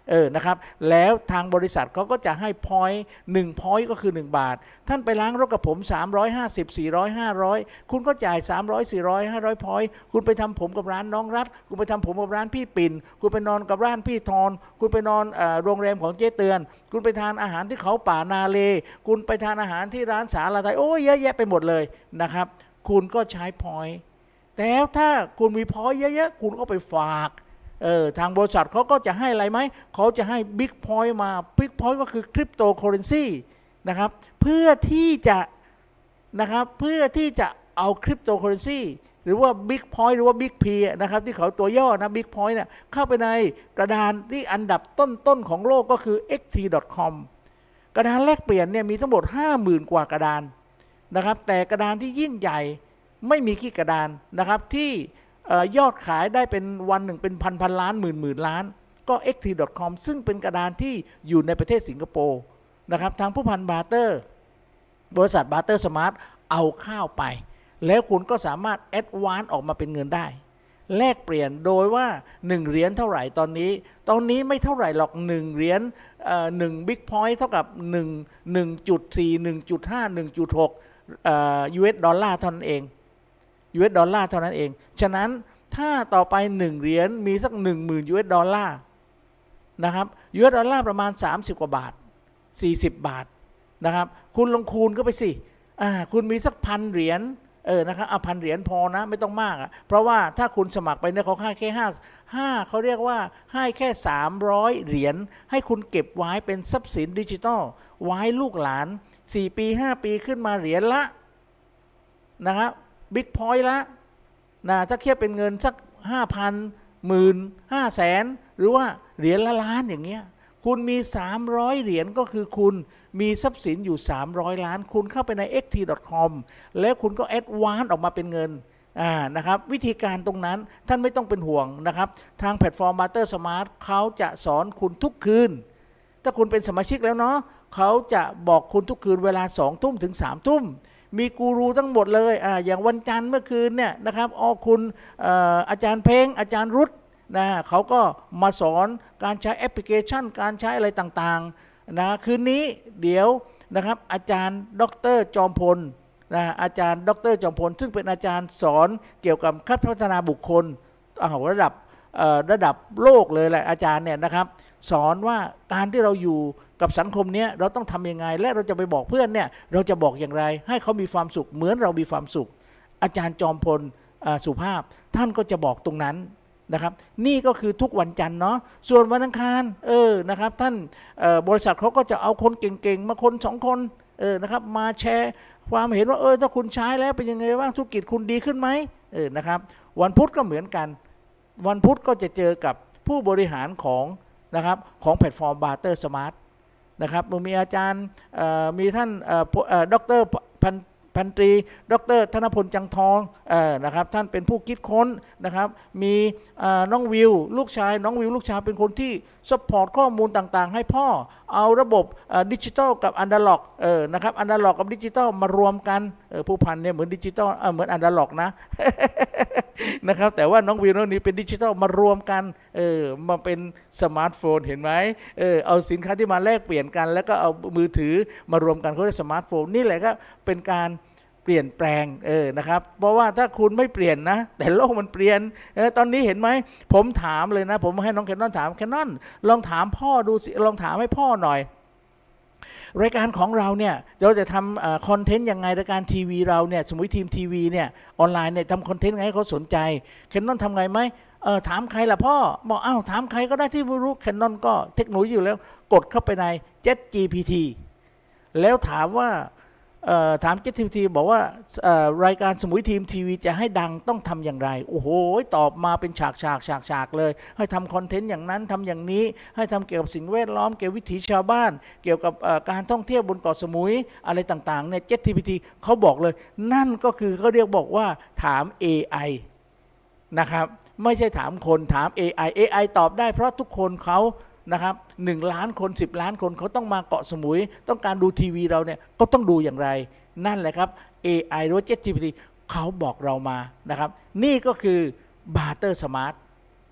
เออนะครับแล้วทางบริษัทเขาก็จะให้พอยต์หนึ่งพอยต์ก็คือหนึ่งบาทท่านไปล้างรถกับผมสามร้อยห้าสิบ สี่ร้อย ห้าร้อยคุณก็จ่ายสามร้อย สี่ร้อย ห้าร้อยพอยต์คุณไปทำผมกับร้านน้องรัฐคุณไปทำผมกับร้านพี่ปิ่นคุณไปนอนกับร้านพี่ทอนคุณไปนอนเอ่อโรงแรมของเจ๊เตือนคุณไปทานอาหารที่เขาป่านาเลคุณไปทานอาหารที่ร้านสาลาไทยโอ้ยเยอะแยะไปหมดเลยนะครับคุณก็ใช้พอยต์แต่ถ้าคุณมีพอยต์เยอะๆคุณก็ไปฝากเออทางบริษัทเขาก็จะให้อะไรไหมเขาจะให้บิ๊กพอยต์มาบิ๊กพอยต์ก็คือคริปโตเคอเรนซีนะครับเพื่อที่จะนะครับเพื่อที่จะเอาคริปโตเคอเรนซีหรือว่าบิ๊กพอยต์หรือว่าบิ๊กพีนะครับที่เขาตัวย่อนะบิ๊กพอยต์เนี่ยเข้าไปในกระดานที่อันดับต้นๆของโลกก็คือ เอ็กซ์ ที ดอท คอม กระดานแลกเปลี่ยนเนี่ยมีทั้งหมด ห้าหมื่น กว่ากระดานนะครับแต่กระดานที่ยิ่งใหญ่ไม่มีขี้กระดานนะครับที่ยอดขายได้เป็นวันหนึ่งเป็นพันพันล้านหมื่นหมื่นล้านก็ เอ็กซ์ ที ดอท คอม ซึ่งเป็นกระดานที่อยู่ในประเทศสิงคโปร์นะครับทางผู้พันบาร์เตอร์บริษัทบาร์เตอร์สมาร์ทเอาข้าวไปแล้วคุณก็สามารถแอดวานซ์ออกมาเป็นเงินได้แลกเปลี่ยนโดยว่าหนึ่งเหรียญเท่าไหร่ตอนนี้ตอนนี้ไม่เท่าไหร่หรอกหนึ่งเหรียญเอ่อหนึ่งบิ๊กพอยต์เท่ากับหนึ่ง หนึ่งจุดสี่ หนึ่งจุดห้า หนึ่งจุดหกเอ่อ ยู เอส ดอลลาร์เท่านั้นเอง ยู เอส ดอลลาร์เท่านั้นเองฉะนั้นถ้าต่อไปหนึ่งเหรียญมีสัก หนึ่งหมื่น ยู เอส ดอลลาร์นะครับ ยู เอส ดอลลาร์ประมาณสามสิบกว่าบาทสี่สิบบาทนะครับคุณลองคูณก็ไปสิอ่าคุณมีสักพันเหรียญเออนะครับเอาพันเหรียญพอนะไม่ต้องมากอ่ะเพราะว่าถ้าคุณสมัครไปเนี่ยเขาให้แค่ห้า ห้าเขาเรียกว่าให้แค่สามร้อยเหรียญให้คุณเก็บไว้เป็นทรัพย์สินดิจิทัลไว้ลูกหลานสี่ปีห้าปีขึ้นมาเหรียญละนะครับบิ๊กพอยต์ละนะถ้าเทียบเป็นเงินสัก ห้าพัน หมื่น ห้าแสนหรือว่าเหรียญละล้านอย่างเงี้ยคุณมีสามร้อยเหรียญก็คือคุณมีทรัพย์สินอยู่สามร้อยล้านคุณเข้าไปใน เอ็กซ์ ที ดอท คอม แล้วคุณก็แอดวานซ์ออกมาเป็นเงินอ่านะครับวิธีการตรงนั้นท่านไม่ต้องเป็นห่วงนะครับทางแพลตฟอร์ม Barter Smart เขาจะสอนคุณทุกคืนถ้าคุณเป็นสมาชิกแล้วเนาะเขาจะบอกคุณทุกคืนเวลาสองทุ่มถึงสามทุ่มมีกูรูทั้งหมดเลยอ่าอย่างวันจันทร์เมื่อคืนเนี่ยนะครับอ๋อคุณอ่าอาจารย์เพ้งอาจารย์รุตนะเขาก็มาสอนการใช้แอปพลิเคชันการใช้อะไรต่างๆนะคืนนี้เดี๋ยวนะครับอาจารย์ดร.จอมพลนะอาจารย์ดร.จอมพลซึ่งเป็นอาจารย์สอนเกี่ยวกับการพัฒนาบุคคลระดับระดับโลกเลยแหละอาจารย์เนี่ยนะครับสอนว่าการที่เราอยู่กับสังคมนี้เราต้องทำยังไงและเราจะไปบอกเพื่อนเนี่ยเราจะบอกอย่างไรให้เขามีความสุขเหมือนเรามีความสุขอาจารย์จอมพลสุภาพท่านก็จะบอกตรงนั้นนะครับนี่ก็คือทุกวันจันทร์เนาะส่วนวันอังคารเออนะครับท่านบริษัทเขาก็จะเอาคนเก่งๆมาคนสองคนเออนะครับมาแชร์ความเห็นว่าเออถ้าคุณใช้แล้วเป็นยังไงบ้างธุรกิจคุณดีขึ้นไหมเออนะครับวันพุธก็เหมือนกันวันพุธก็จะเจอกับผู้บริหารของนะครับของแพลตฟอร์ม Barter Smart นะครับมีอาจารย์มีท่านดร.พันพันตรีดร.ธนพลจังทองเอ่อนะครับท่านเป็นผู้คิดค้นนะครับมีน้องวิวลูกชายน้องวิวลูกชายเป็นคนที่ซัพพอร์ตข้อมูลต่างๆให้พ่อเอาระบบดิจิทัลกับอนาล็อกเออนะครับอนาล็อกกับดิจิทัลมารวมกันเออผู้พันเนี่ยเหมือนดิจิทัลเออเหมือนอนาล็อกนะ นะครับแต่ว่าน้องวิวน้องนี้เป็นดิจิทัลมารวมกันเออมาเป็นสมาร์ทโฟนเห็นไหมเออเอาสินค้าที่มาแลกเปลี่ยนกันแล้วก็เอามือถือมารวมกันเขาเรียกสมาร์ทโฟนนี่แหละก็เป็นการเปลี่ยนแปลงเออนะครับเพราะว่าถ้าคุณไม่เปลี่ยนนะแต่โลกมันเปลี่ยนเออตอนนี้เห็นไหมผมถามเลยนะผมให้น้องแคนนอนถามแคนนอนลองถามพ่อดูสิลองถามให้พ่อหน่อยรายการของเราเนี่ยเราจะทำคอนเทนต์ยังไงรายการทีวีเราเนี่ยสมมุติทีมทีวีเนี่ยออนไลน์เนี่ยทำคอนเทนต์ไงให้เขาสนใจแคนนอนทำไงไหมเออถามใครล่ะพ่อบอกอ้าวถามใครก็ได้ที่รู้แคนนอนก็เทคโนโลยีอยู่แล้วกดเข้าไปใน เจ็ต จี พี ที แล้วถามว่าถาม เจ็ต จี พี ที บอกว่ารายการสมุยทีมทีวีจะให้ดังต้องทำอย่างไรโอ้โหตอบมาเป็นฉากฉากฉากฉากเลยให้ทำคอนเทนต์อย่างนั้นทำอย่างนี้ให้ทำเกี่ยวกับสิ่งแวดล้อมเกี่ยวกับวิถีชาวบ้านเกี่ยวกับการท่องเที่ยวบนเกาะสมุยอะไรต่างๆเนี่ย เจ็ต จี พี ที เขาบอกเลยนั่นก็คือเขาเรียกบอกว่าถาม เอ ไอ นะครับไม่ใช่ถามคนถาม เอ ไอ เอ ไอ ตอบได้เพราะทุกคนเขานะครับหนึ่งล้านคนสิบล้านคนเขาต้องมาเกาะสมุยต้องการดูทีวีเราเนี่ยก็ต้องดูอย่างไรนั่นแหละครับ เอ ไอ หรือ เจ็ต จี พี ที เขาบอกเรามานะครับนี่ก็คือ Barter Smart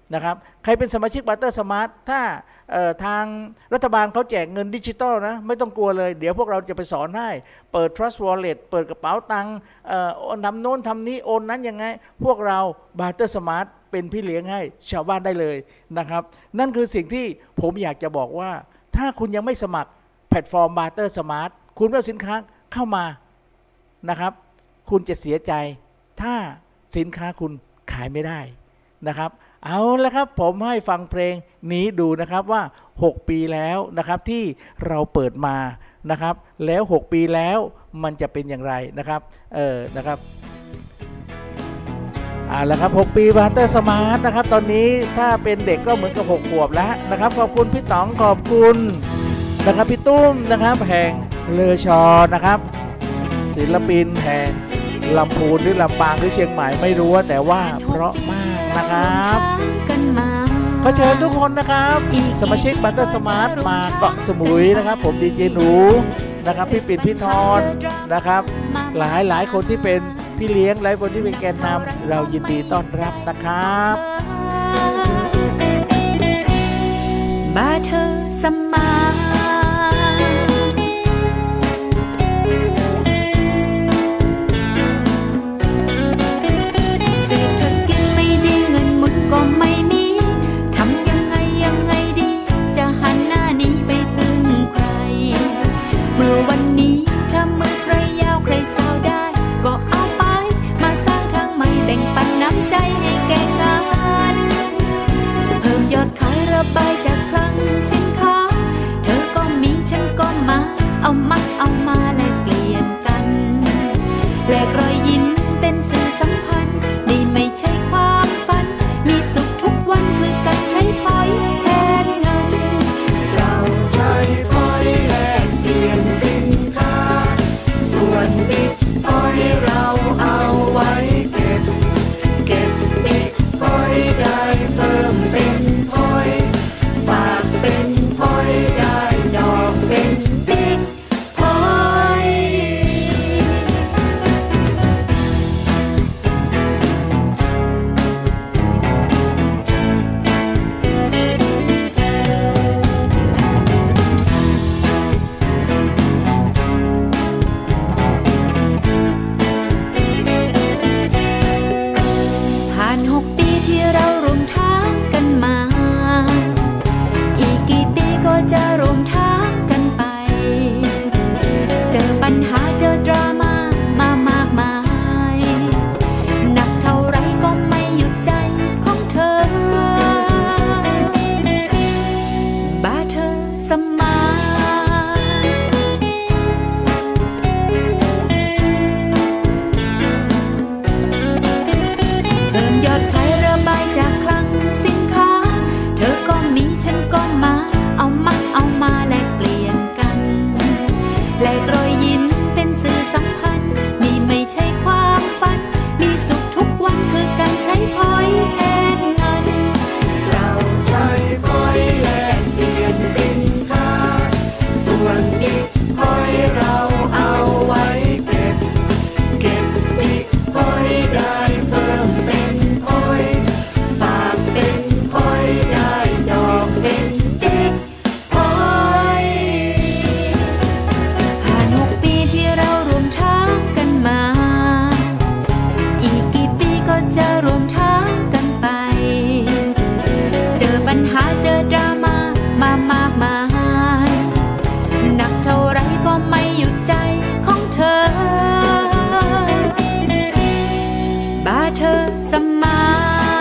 นะครับใครเป็นสมาชิกบาร์เตอร์สมาร์ทถ้าทางรัฐบาลเขาแจกเงินดิจิตอลนะไม่ต้องกลัวเลยเดี๋ยวพวกเราจะไปสอนให้เปิด Trust Wallet เปิดกระเป๋าตังค์ทำโน้นทำนี้โอนนั้นยังไงพวกเราบาร์เตอร์สมาร์ทเป็นพี่เลี้ยงให้ชาวบ้านได้เลยนะครับนั่นคือสิ่งที่ผมอยากจะบอกว่าถ้าคุณยังไม่สมัครแพลตฟอร์มบาร์เตอร์สมาร์ทคุณเอาสินค้าเข้ามานะครับคุณจะเสียใจถ้าสินค้าคุณขายไม่ได้นะครับเอาละครับผมให้ฟังเพลงนี้ดูนะครับว่าหกปีแล้วนะครับที่เราเปิดมานะครับแล้วหกปีแล้วมันจะเป็นอย่างไรนะครับเออนะครับเอาละครับหกปีบาร์เตอร์สมาร์ทนะครับตอนนี้ถ้าเป็นเด็กก็เหมือนกับหกขวบแล้วนะครับขอบคุณพี่ต๋องขอบคุณนะครับพี่ตุ้มนะครับแห่งเลอชอนะครับศิลปินแห่งลำพูนหรือลำปางหรือเชียงใหม่ไม่รู้แต่ว่าเพราะมากนะครับขอเชิญทุกคนนะครับสมาชิกบาร์เตอร์สมาร์ทมาเกาะสมุยนะครับผมดีเจหนูนะครับพี่ปิ่นพี่ทอนนะครับหลายหลายคนที่เป็นพี่เลี้ยงหลายคนที่เป็นแกนนำเรายินดีต้อนรับนะครับบาร์เตอร์สมาร์ทก็ไม่มีทำยังไงยังไงดีจะหันหน้านี้ไปพึ่งใครเมื่อวันนี้ถ้ามือใครยาวใครสาวได้ก็เอาไปมาสร้างทางใหม่แบ่งปันน้ำใจให้แก่กันเพิ่มยอดขายระบายจากคลังสินค้าเธอก็มีฉันก็มาเอามาเอามาแลกเปลี่ยนกันแลกรอยยิ้มเป็นสื่อสัมพันธ์นี่ไม่ใช่ความฝันมีสุขทุกวันคือการใช้พอยต์แทนเงินเราใช้พอยต์แลกเปลี่ยนสินค้าส่วนบิตพอยต์เราเอาไว้เก็บเก็บบิตพอยต์ได้เพิ่มเป็นพอยต์ฝากเป็นพอยต์ได้ดอกเป็นบิตพอยต์ที่เราร่วมทางกันมาอีกกี่ปีก็จะร่วมทางกันไปเจอปัญหาเจอดราม่ามามากมายหนักเท่าไรก็ไม่หยุดใจของเธอบาร์เตอร์สมาร์ทเพิ่มยอดขายระบายจากคลังสินค้าเธอก็มีฉันก็มาเอามาเอามาแลกเปลี่ยนกันแลกรอยยิ้มเป็นสื่อสัมพันธ์นี่ไม่ใช่ความฝันมีสุขทุกวันคือการใช้พอยต์แทนเงินเราใช้พอยต์แลกเปลี่ยนสินค้าส่วนบิตพอยต์เราเอาไว้เก็บเก็บบิตพอยต์ได้เพิ่มเป็นพอยต์ฝากเป็นพอยต์ได้ดอกเป็นบิตพอยต์ผ่านหกปีที่เราร่วมทางกันมาอีกกี่ปีก็จะร่วมทางกันไปเจอปัญหาเจอดราม่ามามากมายหนักเท่าไรก็ไม่หยุดใจของเธอบาร์เตอร์สมาร์ท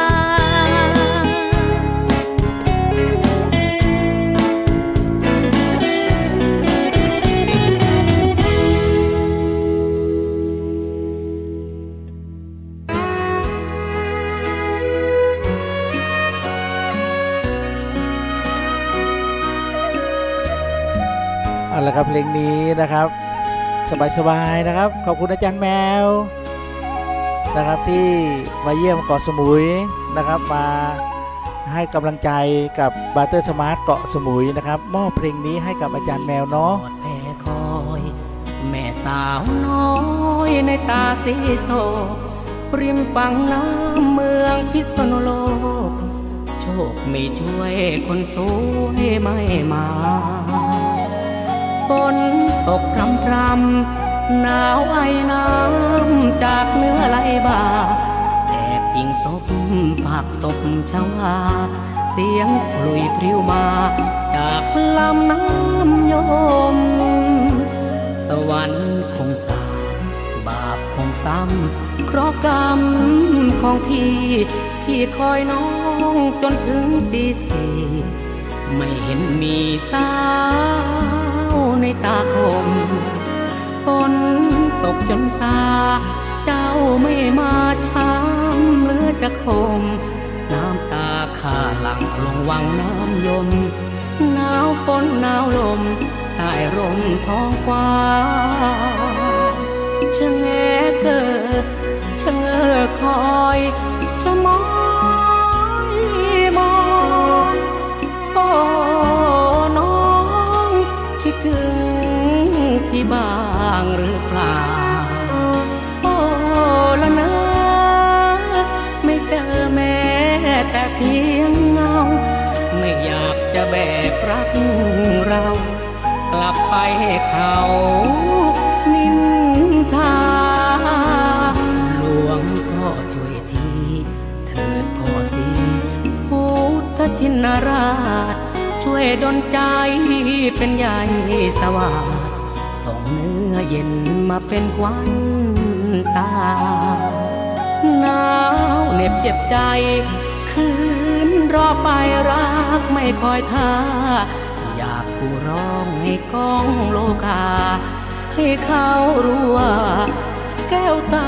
เอาละครับเพลงนี้นะครับสบายๆนะครับขอบคุณอาจารย์แมวนะครับที่มาเยี่ยมเกาะสมุยนะครับมาให้กำลังใจกับบาร์เตอร์สมาร์ทเกาะสมุยนะครับมอบเพลงนี้ให้กับอาจารย์แมวเนาะแม่คอยแม่สาวน้อยในตาสีโศกริมฝั่งน้ำเมืองพิษณุโลกชโชคไม่ช่วยคนสวยไม่มาฝนตกพรำพรำหนาวไอน้ำจากเนื้อไหลบ่าแอบยิงศพผักตกชวาเสียงคลุยพริ้วมาจากลำน้ำยมสวรรค์คงสาบาปคงซ้ำเคราะห์กรรมของพี่พี่คอยน้องจนถึงตีสี่ไม่เห็นมีสาวในตาคมฝนตกจนซาเจ้าไม่มาช้ำเหลือจะคมน้ำตาข้าหลั่งลงวังน้ำยมหนาวฝนหนาวลมใต้ร่มท้องกว้างชะแงเกิดชะเง้อคอยจะมองมองโอ้น้องคิดถึงพี่บ้างหรือเปล่าโอ้ละเนอไม่เจอแม้แต่เพียงเงาไม่อยากจะแบกรักเรากลับไปให้เขานินทาหลวงพ่อช่วยทีเถิดพ่อสีพุทธชินราชช่วยดลใจเป็นใหญ่สว่างส่งเนื้อเย็นมาเป็นควันตาหนาวเหน็บเจ็บใจคืนรอไปรักไม่คอยท่าอยากกูร้องให้กองโลกาให้เขารู้ว่าแก้วตา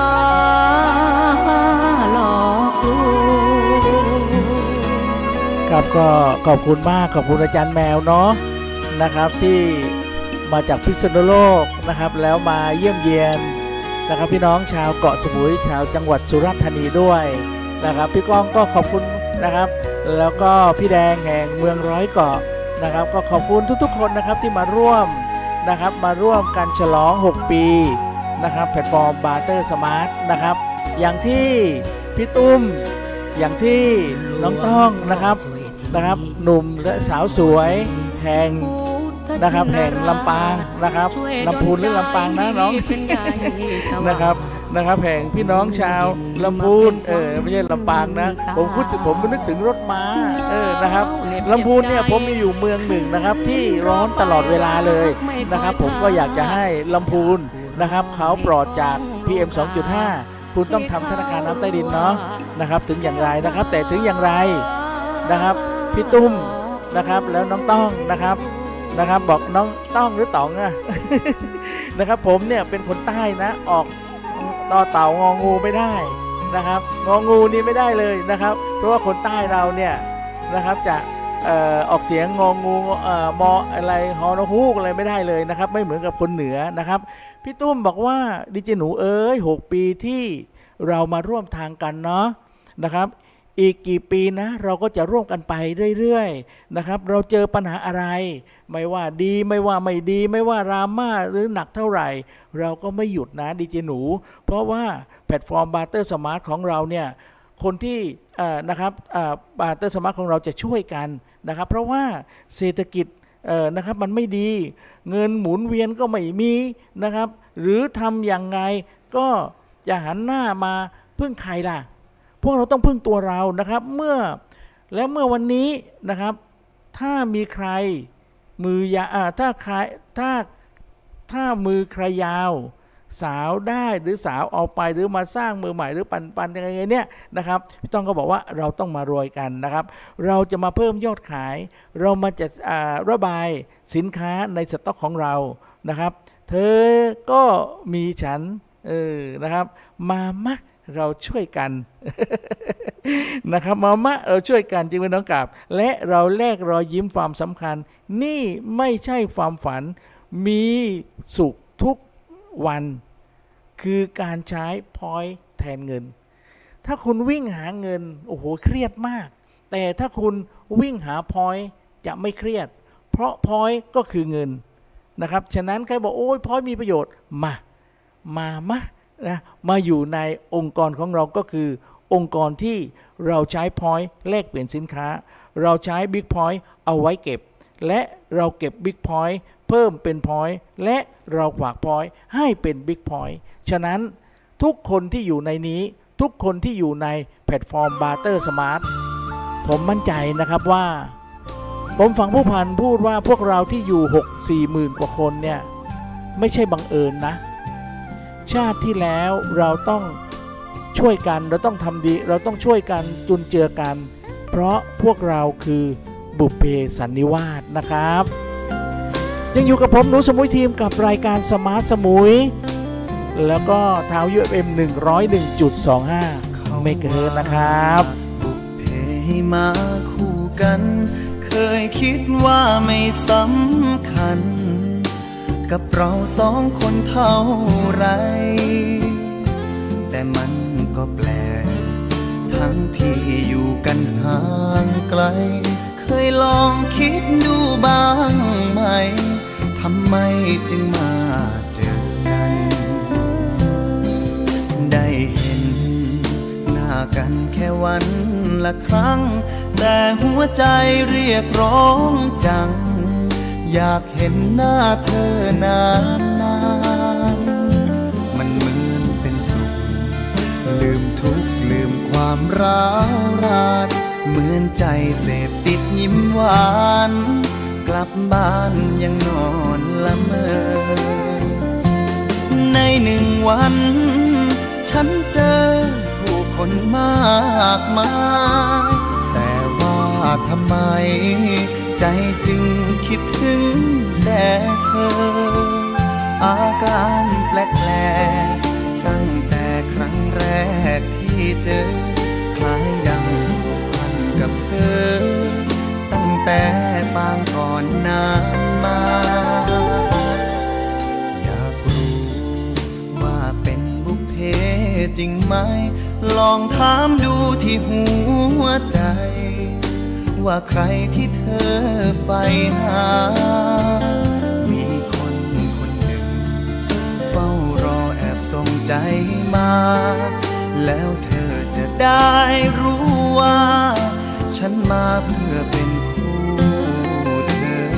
หลอกลวงครับก็ขอบคุณมากขอบคุณอาจารย์แมวเนาะนะครับที่มาจากพิษณุโลกนะครับแล้วมาเยี่ยมเยียนนะครับพี่น้องชาวเกาะสมุยชาวจังหวัดสุราษฎร์ธานีด้วยนะครับพี่ก้องก็ขอบคุณนะครับแล้วก็พี่แดงแห่งเมืองร้อยเกาะนะครับก็ขอบคุณทุกๆคนนะครับที่มาร่วมนะครับมาร่วมกันฉลองหกปีนะครับแพลตฟอร์มบาร์เตอร์สมาร์ทนะครับอย่างที่พี่ตุ้มอย่างที่น้องต้องนะครับนะครับหนุ่มและสาวสวยแห่งนะครับแห่งลำปางนะครับลำพูนหรือลำปางนะน้องนะครับนะครับแห่งพี่น้องชาวลำพูนเออไม่ใช่ลำปางนะผมพูดถึงผมนึกถึงรถม้าเออนะครับลำพูนเนี่ยผมมีอยู่เมืองหนึ่งนะครับที่ร้อนตลอดเวลาเลยนะครับผมก็อยากจะให้ลำพูนนะครับเขาปลอดจาก พี เอ็ม สองจุดห้า คุณต้องทำธนาคารน้ำใต้ดินเนาะนะครับถึงอย่างไรนะครับแต่ถึงอย่างไรนะครับพี่ตุ้มนะครับแล้วน้องต้องนะครับนะครับบอกน้องต้องหรือต๋องอะ นะครับผมเนี่ยเป็นคนใต้นะออกต่อเต่างองูไม่ได้นะครับงองูนี่ไม่ได้เลยนะครับเพราะว่าคนใต้เราเนี่ยนะครับจะเอ่อออกเสียงงองูเอ่อมออะไรฮอนฮูกอะไรไม่ได้เลยนะครับไม่เหมือนกับคนเหนือนะครับพี่ตุ้มบอกว่าดิเจหนูเอ้ยหกปีที่เรามาร่วมทางกันเนาะนะครับอีกกี่ปีนะเราก็จะร่วมกันไปเรื่อยๆนะครับเราเจอปัญหาอะไรไม่ว่าดีไม่ว่าไม่ดีไม่ว่าดราม่าหรือหนักเท่าไหร่เราก็ไม่หยุดนะดีเจหนูเพราะว่าแพลตฟอร์มบาร์เตอร์สมาร์ทของเราเนี่ยคนที่นะครับบาร์เตอร์สมาร์ทของเราจะช่วยกันนะครับเพราะว่าเศรษฐกิจนะครับมันไม่ดีเงินหมุนเวียนก็ไม่มีนะครับหรือทำอย่างไงก็จะหันหน้ามาพึ่งใครล่ะพวกเราต้องพึ่งตัวเรานะครับเมื่อและเมื่อวันนี้นะครับถ้ามีใครมือยาถ้าใครถ้าถ้ามือใครยาวสาวได้หรือสาวเอาไปหรือมาสร้างมือใหม่หรือปันปันยังไงเนี่ยนะครับพี่ต้องก็บอกว่าเราต้องมารวยกันนะครับเราจะมาเพิ่มยอดขายเรามาจะระบายสินค้าในสต็อกของเรานะครับเธอก็มีฉันเออนะครับมามะเราช่วยกัน นะครับมามะเราช่วยกันจริงไหมน้องกาบและเราแลกรอยยิ้มความสำคัญนี่ไม่ใช่ความฝันมีสุขทุกวันคือการใช้พอยต์แทนเงินถ้าคุณวิ่งหาเงินโอ้โหเครียดมากแต่ถ้าคุณวิ่งหาพอยต์จะไม่เครียดเพราะพอยต์ก็คือเงินนะครับฉะนั้นใครบอกโอ้ยพอยต์มีประโยชน์มามามะนะมาอยู่ในองค์กรของเราก็คือองค์กรที่เราใช้ point แลกเปลี่ยนสินค้าเราใช้ Big Point เอาไว้เก็บและเราเก็บ Big Point เพิ่มเป็น Point และเราฝาก Point ให้เป็น Big Point ฉะนั้นทุกคนที่อยู่ในนี้ทุกคนที่อยู่ในแพลตฟอร์ม Barter Smart ผมมั่นใจนะครับว่าผมฟังผู้พันพูดว่าพวกเราที่อยู่ หกถึงสี่ หมื่นกว่าคนเนี่ยไม่ใช่บังเอิญนะชาติที่แล้วเราต้องช่วยกันเราต้องทำดีเราต้องช่วยกันจุนเจือกันเพราะพวกเราคือบุพเพสันนิวาสนะครับยังอยู่กับผมหนูสมุยทีมกับรายการสมาร์ทสมุยแล้วก็ทาว ยู เอฟ เอ็ม หนึ่งร้อยเอ็ดจุดสองห้า เมกะเฮิรตซ์นะครับบุพเพมาคู่กันเคยคิดว่าไม่สำคัญกับเราสองคนเท่าไรแต่มันก็แปลกทั้งที่อยู่กันห่างไกลเคยลองคิดดูบ้างไหมทำไมจึงมาเจอกันได้เห็นหน้ากันแค่วันละครั้งแต่หัวใจเรียกร้องจังอยากเห็นหน้าเธอนานๆมันเหมือนเป็นสุขลืมทุกข์ลืมความร้าวรานเหมือนใจเสพติดยิ้มหวานกลับบ้านยังนอนละเมอในหนึ่งวันฉันเจอผู้คนมากมายแต่ว่าทำไมใจจึงคิดถึงแต่เธออาการแปลกๆตั้งแต่ครั้งแรกที่เจอคล้ายดังผูกพันกับเธอตั้งแต่ปางก่อนนานมาอยากรู้ว่าเป็นบุพเพจริงไหมลองถามดูที่หัวใจว่าใครที่เธอใฝ่หามีคนคนหนึ่งเฝ้ารอแอบส่งใจมาแล้วเธอจะได้รู้ว่าฉันมาเพื่อเป็นคู่เธอ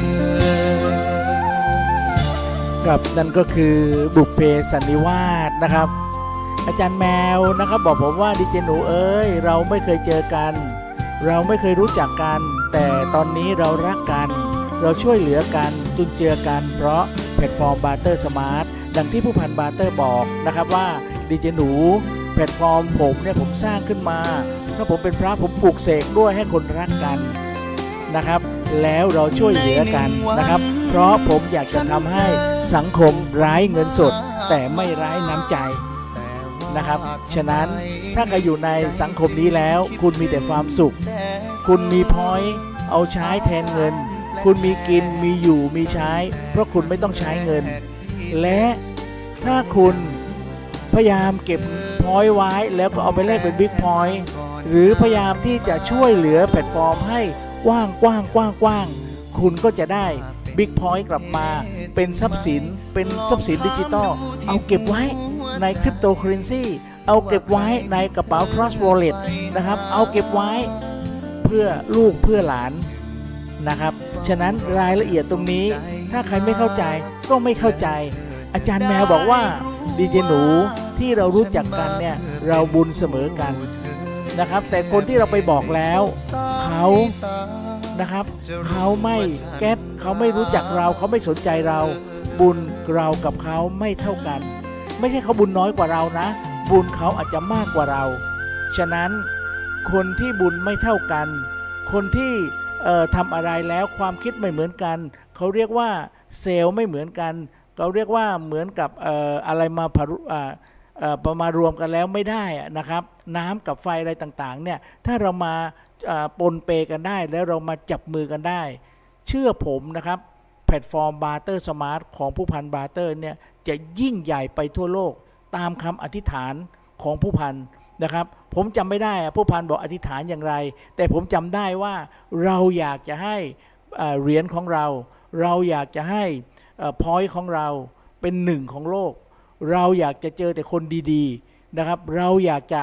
ครับนั่นก็คือบุพเพสันนิวาสนะครับอาจารย์แมวนะครับบอกผมว่าดีเจหนูเอ้ยเราไม่เคยเจอกันเราไม่เคยรู้จักกันแต่ตอนนี้เรารักกันเราช่วยเหลือกันจุนเจือกันเพราะแพลตฟอร์ม Barter Smart ดังที่ผู้พัน Barter บอกนะครับว่าดีเจหนูแพลตฟอร์มผมเนี่ยผมสร้างขึ้นมาถ้าผมเป็นพระผมปลูกเสกด้วยให้คนรักกันนะครับแล้วเราช่วยเหลือกันนะครับเพราะผมอยากจะทำให้สังคมไร้เงินสดแต่ไม่ไร้น้ำใจนะครับฉะนั้นถ้าใครอยู่ในสังคมนี้แล้วคุณมีแต่ความสุขคุณมีพอยต์เอาใช้แทนเงินคุณมีกินมีอยู่มีใช้เพราะคุณไม่ต้องใช้เงินและถ้าคุณพยายามเก็บพอยต์ไว้แล้วก็เอาไปแลกเป็นบิ๊กพอยต์หรือพยายามที่จะช่วยเหลือแพลตฟอร์มให้กว้างกว้างกว้างกว้างคุณก็จะได้บิ๊กพอยต์กลับมาเป็นทรัพย์สินเป็นทรัพย์สินดิจิตอลเอาเก็บไว้ในคริปโตเคอเรนซีเอาเก็บไว้ในกระเป๋า Trust Wallet นะครับเอาเก็บไว้เพื่อลูกเพื่อหลานนะครับฉะนั้นรายละเอียดตรงนี้ถ้าใครไม่เข้าใจก็ไม่เข้าใจอาจารย์แมวบอกว่าดีเจหนูที่เรารู้จักกันเนี่ยเราบุญเสมอกันนะครับแต่คนที่เราไปบอกแล้วเขานะครับเขาไม่แก๊สเขาไม่รู้จักเราเขาไม่สนใจเราบุญเรากับเขาไม่เท่ากันไม่ใช่เขาบุญน้อยกว่าเรานะบุญเขาอาจจะมากกว่าเราฉะนั้นคนที่บุญไม่เท่ากันคนที่เอ่อทำอะไรแล้วความคิดไม่เหมือนกันเขาเรียกว่าเซลล์ไม่เหมือนกันเขาเรียกว่าเหมือนกับเอ่ออะไรมาผรุอ่าเอ่อประมารวมกันแล้วไม่ได้นะครับน้ำกับไฟอะไรต่างๆเนี่ยถ้าเรามาปนเปกันได้แล้วเรามาจับมือกันได้เชื่อผมนะครับแพลตฟอร์ม Barter Smart ของผู้พัน Barter เนี่ยจะยิ่งใหญ่ไปทั่วโลกตามคำอธิษฐานของผู้พันนะครับผมจำไม่ได้ผู้พันบอกอธิษฐานอย่างไรแต่ผมจำได้ว่าเราอยากจะให้เหรียญของเราเราอยากจะให้พอยต์ของเราเป็นหนึ่งของโลกเราอยากจะเจอแต่คนดีๆนะครับเราอยากจะ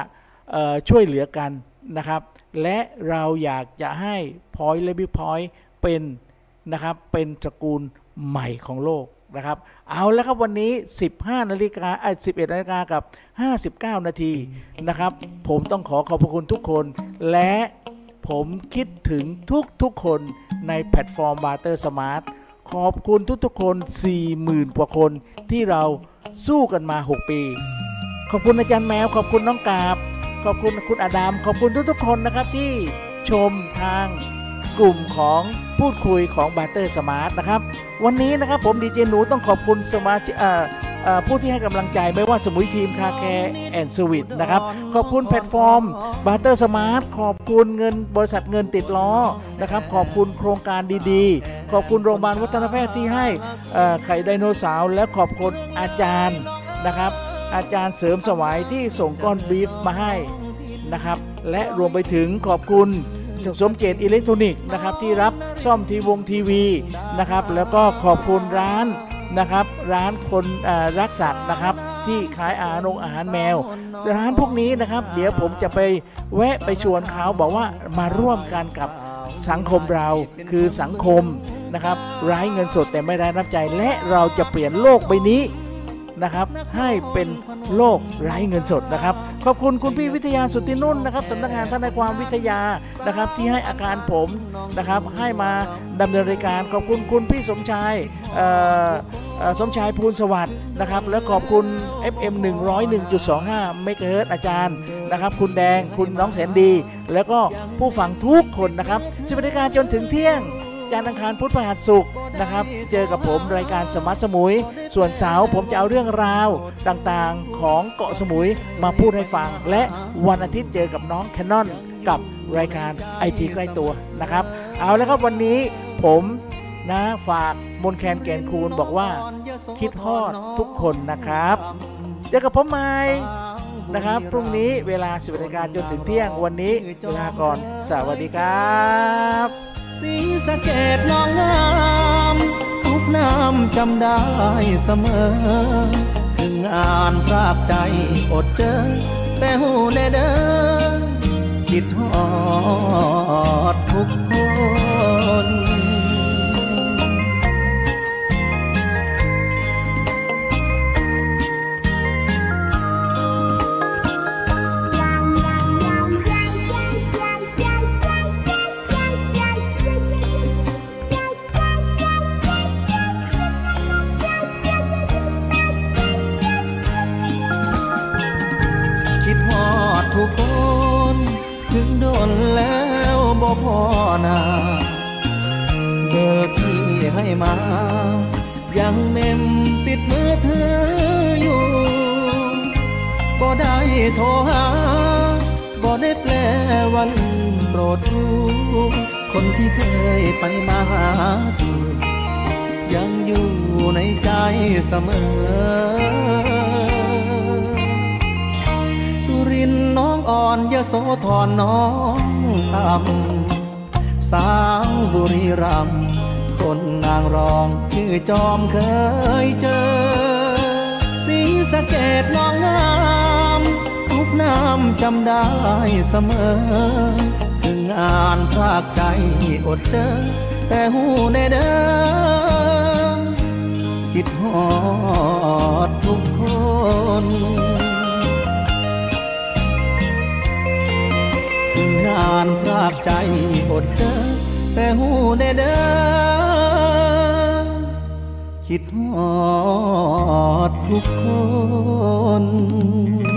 ช่วยเหลือกันนะครับและเราอยากจะให้ Point และ Big Point เป็นนะครับเป็นตระกูลใหม่ของโลกนะครับเอาแล้วครับวันนี้ สิบห้านาฬิกาเอ่อ สิบเอ็ดนาฬิกากับห้าสิบเก้านาทีนะครับผมต้องขอขอบพระคุณทุกคนและผมคิดถึงทุกๆคนในแพลตฟอร์ม Butter Smart ขอบคุณทุกๆคน สี่หมื่น กว่าคนที่เราสู้กันมาหกปีขอบคุณอาจารย์แมวขอบคุณน้องกาบขอบคุณคุณอดัมขอบคุณทุกๆคนนะครับที่ชมทางกลุ่มของพูดคุยของ Butter Smart นะครับวันนี้นะครับผมดีเจหนูต้องขอบคุณสมาชิกผู้ที่ให้กำลังใจไม่ว่าสมุยทีมคาแคร์แอนด์สวิตนะครับขอบคุณแพลตฟอร์ม Butter Smart ขอบคุณเงินบริษัทเงินติดล้อนะครับขอบคุณโครงการดีๆขอบคุณโรงพยาบาลวัฒนแพทย์ที่ให้ไข่ไดโนเสาร์และขอบคุณอาจารย์นะครับอาจารย์เสริมสวัยที่ส่งก้อนบีฟมาให้นะครับและรวมไปถึงขอบคุณสมเจตอิเล็กทรอนิกส์นะครับที่รับซ่อมทีวงทีวีนะครับแล้วก็ขอบคุณร้านนะครับร้านคนรักสัตว์นะครับที่ขายอาหารนกอาหารแมวร้านพวกนี้นะครับเดี๋ยวผมจะไปแวะไปชวนเขาบอกว่ามาร่วมกันกับสังคมเราคือสังคมนะครับไร้เงินสดแต่ไม่ได้น้ำใจและเราจะเปลี่ยนโลกใบนี้นะครับให้เป็นโลกไร้เงินสดนะครับขอบคุณคุณพี่วิทยาสุทธินุ่นนะครับสำนักงานทนายความวิทยานะครับที่ให้อาการผมนะครับให้มาดำเนินรายการขอบคุณคุณพี่สมชายสมชายภูลสวัสดิ์นะครับและขอบคุณ เอฟ เอ็ม หนึ่งร้อยเอ็ดจุดสองห้า เมกะเฮิรตซ์อาจารย์นะครับคุณแดงคุณน้องแสนดีแล้วก็ผู้ฟังทุกคนนะครับสิบนาฬิกาจนถึงเที่ยงจันทร์อังคารพุธพฤหัสศุกร์นะครับเจอกับผมรายการสมาร์ทสมุยส่วนเสาร์ผมจะเอาเรื่องราวต่างๆของเกาะสมุยมาพูดให้ฟังและวันอาทิตย์เจอกับน้องแคนนอนกับรายการ ไอ ที ใกล้ตัวนะครับเอาแล้วครับวันนี้ผมนะฝากมนแคนแก่นคูณบอกว่าคิดฮอดทุกคนนะครับเจอกับผมใหม่นะครับพรุ่งนี้เวลา สิบนาฬิกาจนถึงเที่ยงวันนี้ลาก่อนสวัสดีครับศรีสะเกษน้องงามทุกน้ำจำได้เสมอคืองานพรากใจอดเจอแต่หูแน่เด้อคิดฮอดทุกคนทุกคนถึงโดนแล้วบ่พอนาเบอร์ที่ให้มายังเมมติดมือถืออยู่บ่ได้โทรหาบ่ได้แปลวันโปรดรู้คนที่เคยไปมาหาสู่ยังอยู่ในใจเสมอสุรินทร์น้องอ่อนยโสธรน้องต่ำสาวบุรีรัมย์คนนางรองชื่อจอมเคยเจอศรีสะเกษน้องงามทุกน้ำจำได้เสมอคืองานพรากใจอดเจอแต่หูแน่เด้อคิดฮอดทุกคนงานพรากใจอดเจอแต่หูแน่เด้อคิดฮอดทุกคน